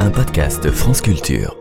un podcast France Culture.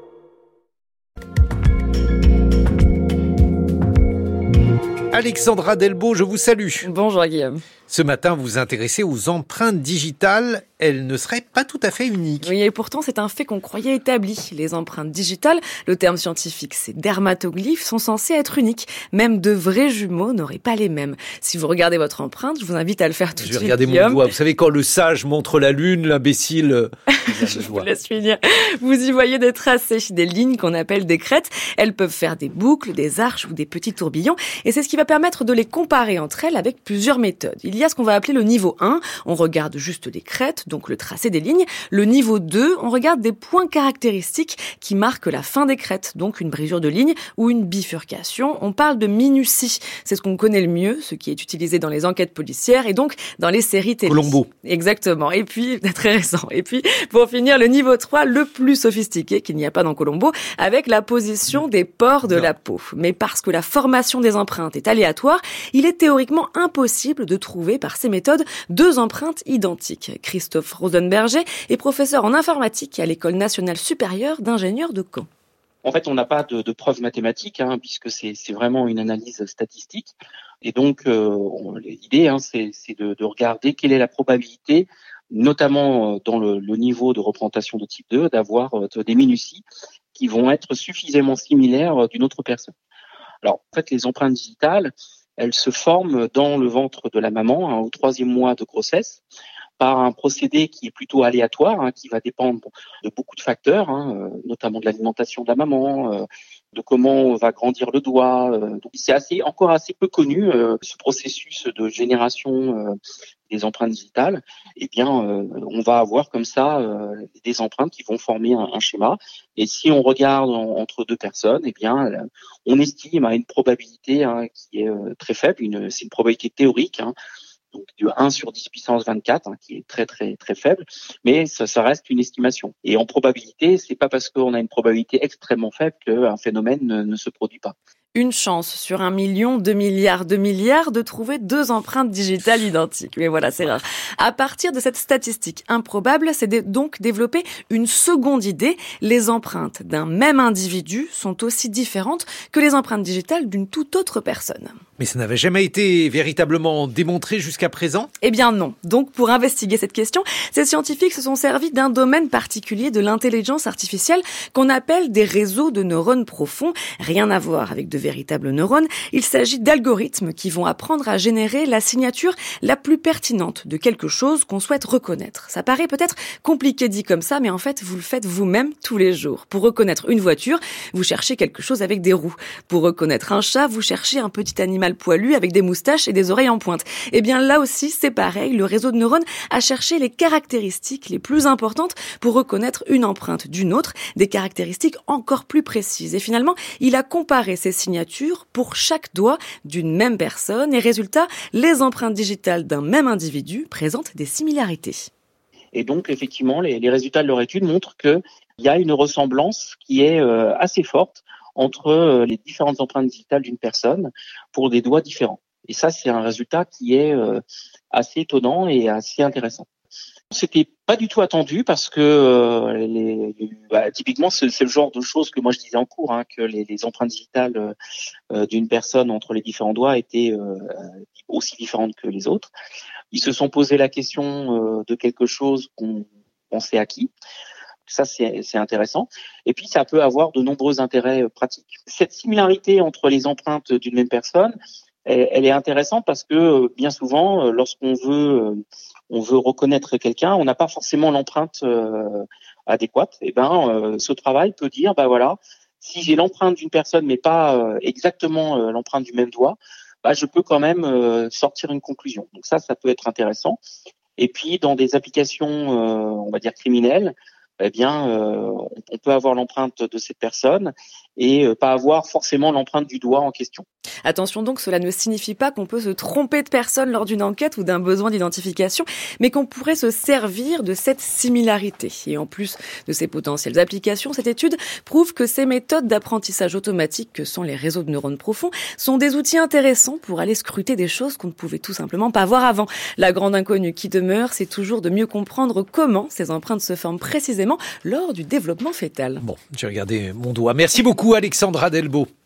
Alexandra Delbo, je vous salue. Bonjour Guillaume. Ce matin, vous vous intéressez aux empreintes digitales. Elles ne seraient pas tout à fait uniques. Oui, et pourtant, c'est un fait qu'on croyait établi. Les empreintes digitales, le terme scientifique, c'est dermatoglyphes, sont censées être uniques. Même de vrais jumeaux n'auraient pas les mêmes. Si vous regardez votre empreinte, je vous invite à le faire tout de suite. Je vais regarder mon doigt. Vous savez, quand le sage montre la lune, l'imbécile... Je vous laisse finir. Vous y voyez des tracés, des lignes qu'on appelle des crêtes. Elles peuvent faire des boucles, des arches ou des petits tourbillons. Et c'est ce qui va permettre de les comparer entre elles avec plusieurs méthodes. Il y a ce qu'on va appeler le niveau 1. On regarde juste des crêtes, donc le tracé des lignes. Le niveau 2, on regarde des points caractéristiques qui marquent la fin des crêtes, donc une brisure de ligne ou une bifurcation. On parle de minutie. C'est ce qu'on connaît le mieux, ce qui est utilisé dans les enquêtes policières et donc dans les séries télé. Colombo. Exactement. Et puis, très récent. Et puis, pour finir, le niveau 3, le plus sophistiqué qu'il n'y a pas dans Colombo, avec la position des pores de la peau. Mais parce que la formation des empreintes est aléatoire, il est théoriquement impossible de trouver par ces méthodes deux empreintes identiques. Christophe Rosenberger est professeur en informatique à l'École nationale supérieure d'ingénieurs de Caen. En fait, on n'a pas de preuves mathématiques, puisque c'est vraiment une analyse statistique. Et donc, l'idée, c'est de regarder quelle est la probabilité, notamment dans le niveau de représentation de type 2, d'avoir des minuties qui vont être suffisamment similaires d'une autre personne. Alors, en fait, les empreintes digitales, elles se forment dans le ventre de la maman, au 3e mois de grossesse, par un procédé qui est plutôt aléatoire, qui va dépendre de beaucoup de facteurs, notamment de l'alimentation de la maman, de comment va grandir le doigt. Donc c'est encore assez peu connu ce processus de génération des empreintes digitales. Eh bien, on va avoir comme ça des empreintes qui vont former un schéma. Et si on regarde entre deux personnes, eh bien, on estime à une probabilité qui est très faible. C'est une probabilité théorique. Donc de 1 sur 10 puissance 24, qui est très très très faible, mais ça reste une estimation. Et en probabilité, c'est pas parce qu'on a une probabilité extrêmement faible qu'un phénomène ne se produit pas. Une chance sur 1 million, 2 milliards de trouver deux empreintes digitales identiques. Mais voilà, c'est rare. À partir de cette statistique improbable, c'est donc développer une seconde idée. Les empreintes d'un même individu sont aussi différentes que les empreintes digitales d'une toute autre personne. Mais ça n'avait jamais été véritablement démontré jusqu'à présent ? Eh bien non. Donc pour investiguer cette question, ces scientifiques se sont servis d'un domaine particulier de l'intelligence artificielle qu'on appelle des réseaux de neurones profonds. Rien à voir avec de véritables neurones. Il s'agit d'algorithmes qui vont apprendre à générer la signature la plus pertinente de quelque chose qu'on souhaite reconnaître. Ça paraît peut-être compliqué dit comme ça, mais en fait, vous le faites vous-même tous les jours. Pour reconnaître une voiture, vous cherchez quelque chose avec des roues. Pour reconnaître un chat, vous cherchez un petit animal poilu avec des moustaches et des oreilles en pointe. Eh bien là aussi, c'est pareil. Le réseau de neurones a cherché les caractéristiques les plus importantes pour reconnaître une empreinte d'une autre, des caractéristiques encore plus précises. Et finalement, il a comparé ces signatures pour chaque doigt d'une même personne et résultat, les empreintes digitales d'un même individu présentent des similarités. Et donc, effectivement, les résultats de leur étude montrent qu'il y a une ressemblance qui est assez forte entre les différentes empreintes digitales d'une personne pour des doigts différents. Et ça, c'est un résultat qui est assez étonnant et assez intéressant. C'était pas du tout attendu parce que typiquement c'est le genre de choses que moi je disais en cours, que les empreintes digitales d'une personne entre les différents doigts étaient aussi différentes que les autres. Ils se sont posé la question de quelque chose qu'on pensait acquis. Ça c'est intéressant. Et puis ça peut avoir de nombreux intérêts pratiques. Cette similarité entre les empreintes d'une même personne, elle est intéressante parce que bien souvent, lorsqu'on veut reconnaître quelqu'un, on n'a pas forcément l'empreinte adéquate. Et ce travail peut dire, voilà, si j'ai l'empreinte d'une personne mais pas exactement l'empreinte du même doigt, je peux quand même sortir une conclusion. Donc ça peut être intéressant. Et puis dans des applications, on va dire criminelles, on peut avoir l'empreinte de cette personne et pas avoir forcément l'empreinte du doigt en question. Attention donc, cela ne signifie pas qu'on peut se tromper de personne lors d'une enquête ou d'un besoin d'identification, mais qu'on pourrait se servir de cette similarité. Et en plus de ces potentielles applications, cette étude prouve que ces méthodes d'apprentissage automatique que sont les réseaux de neurones profonds sont des outils intéressants pour aller scruter des choses qu'on ne pouvait tout simplement pas voir avant. La grande inconnue qui demeure, c'est toujours de mieux comprendre comment ces empreintes se forment précisément lors du développement fœtal. Bon, j'ai regardé mon doigt. Merci beaucoup Alexandra Delbo.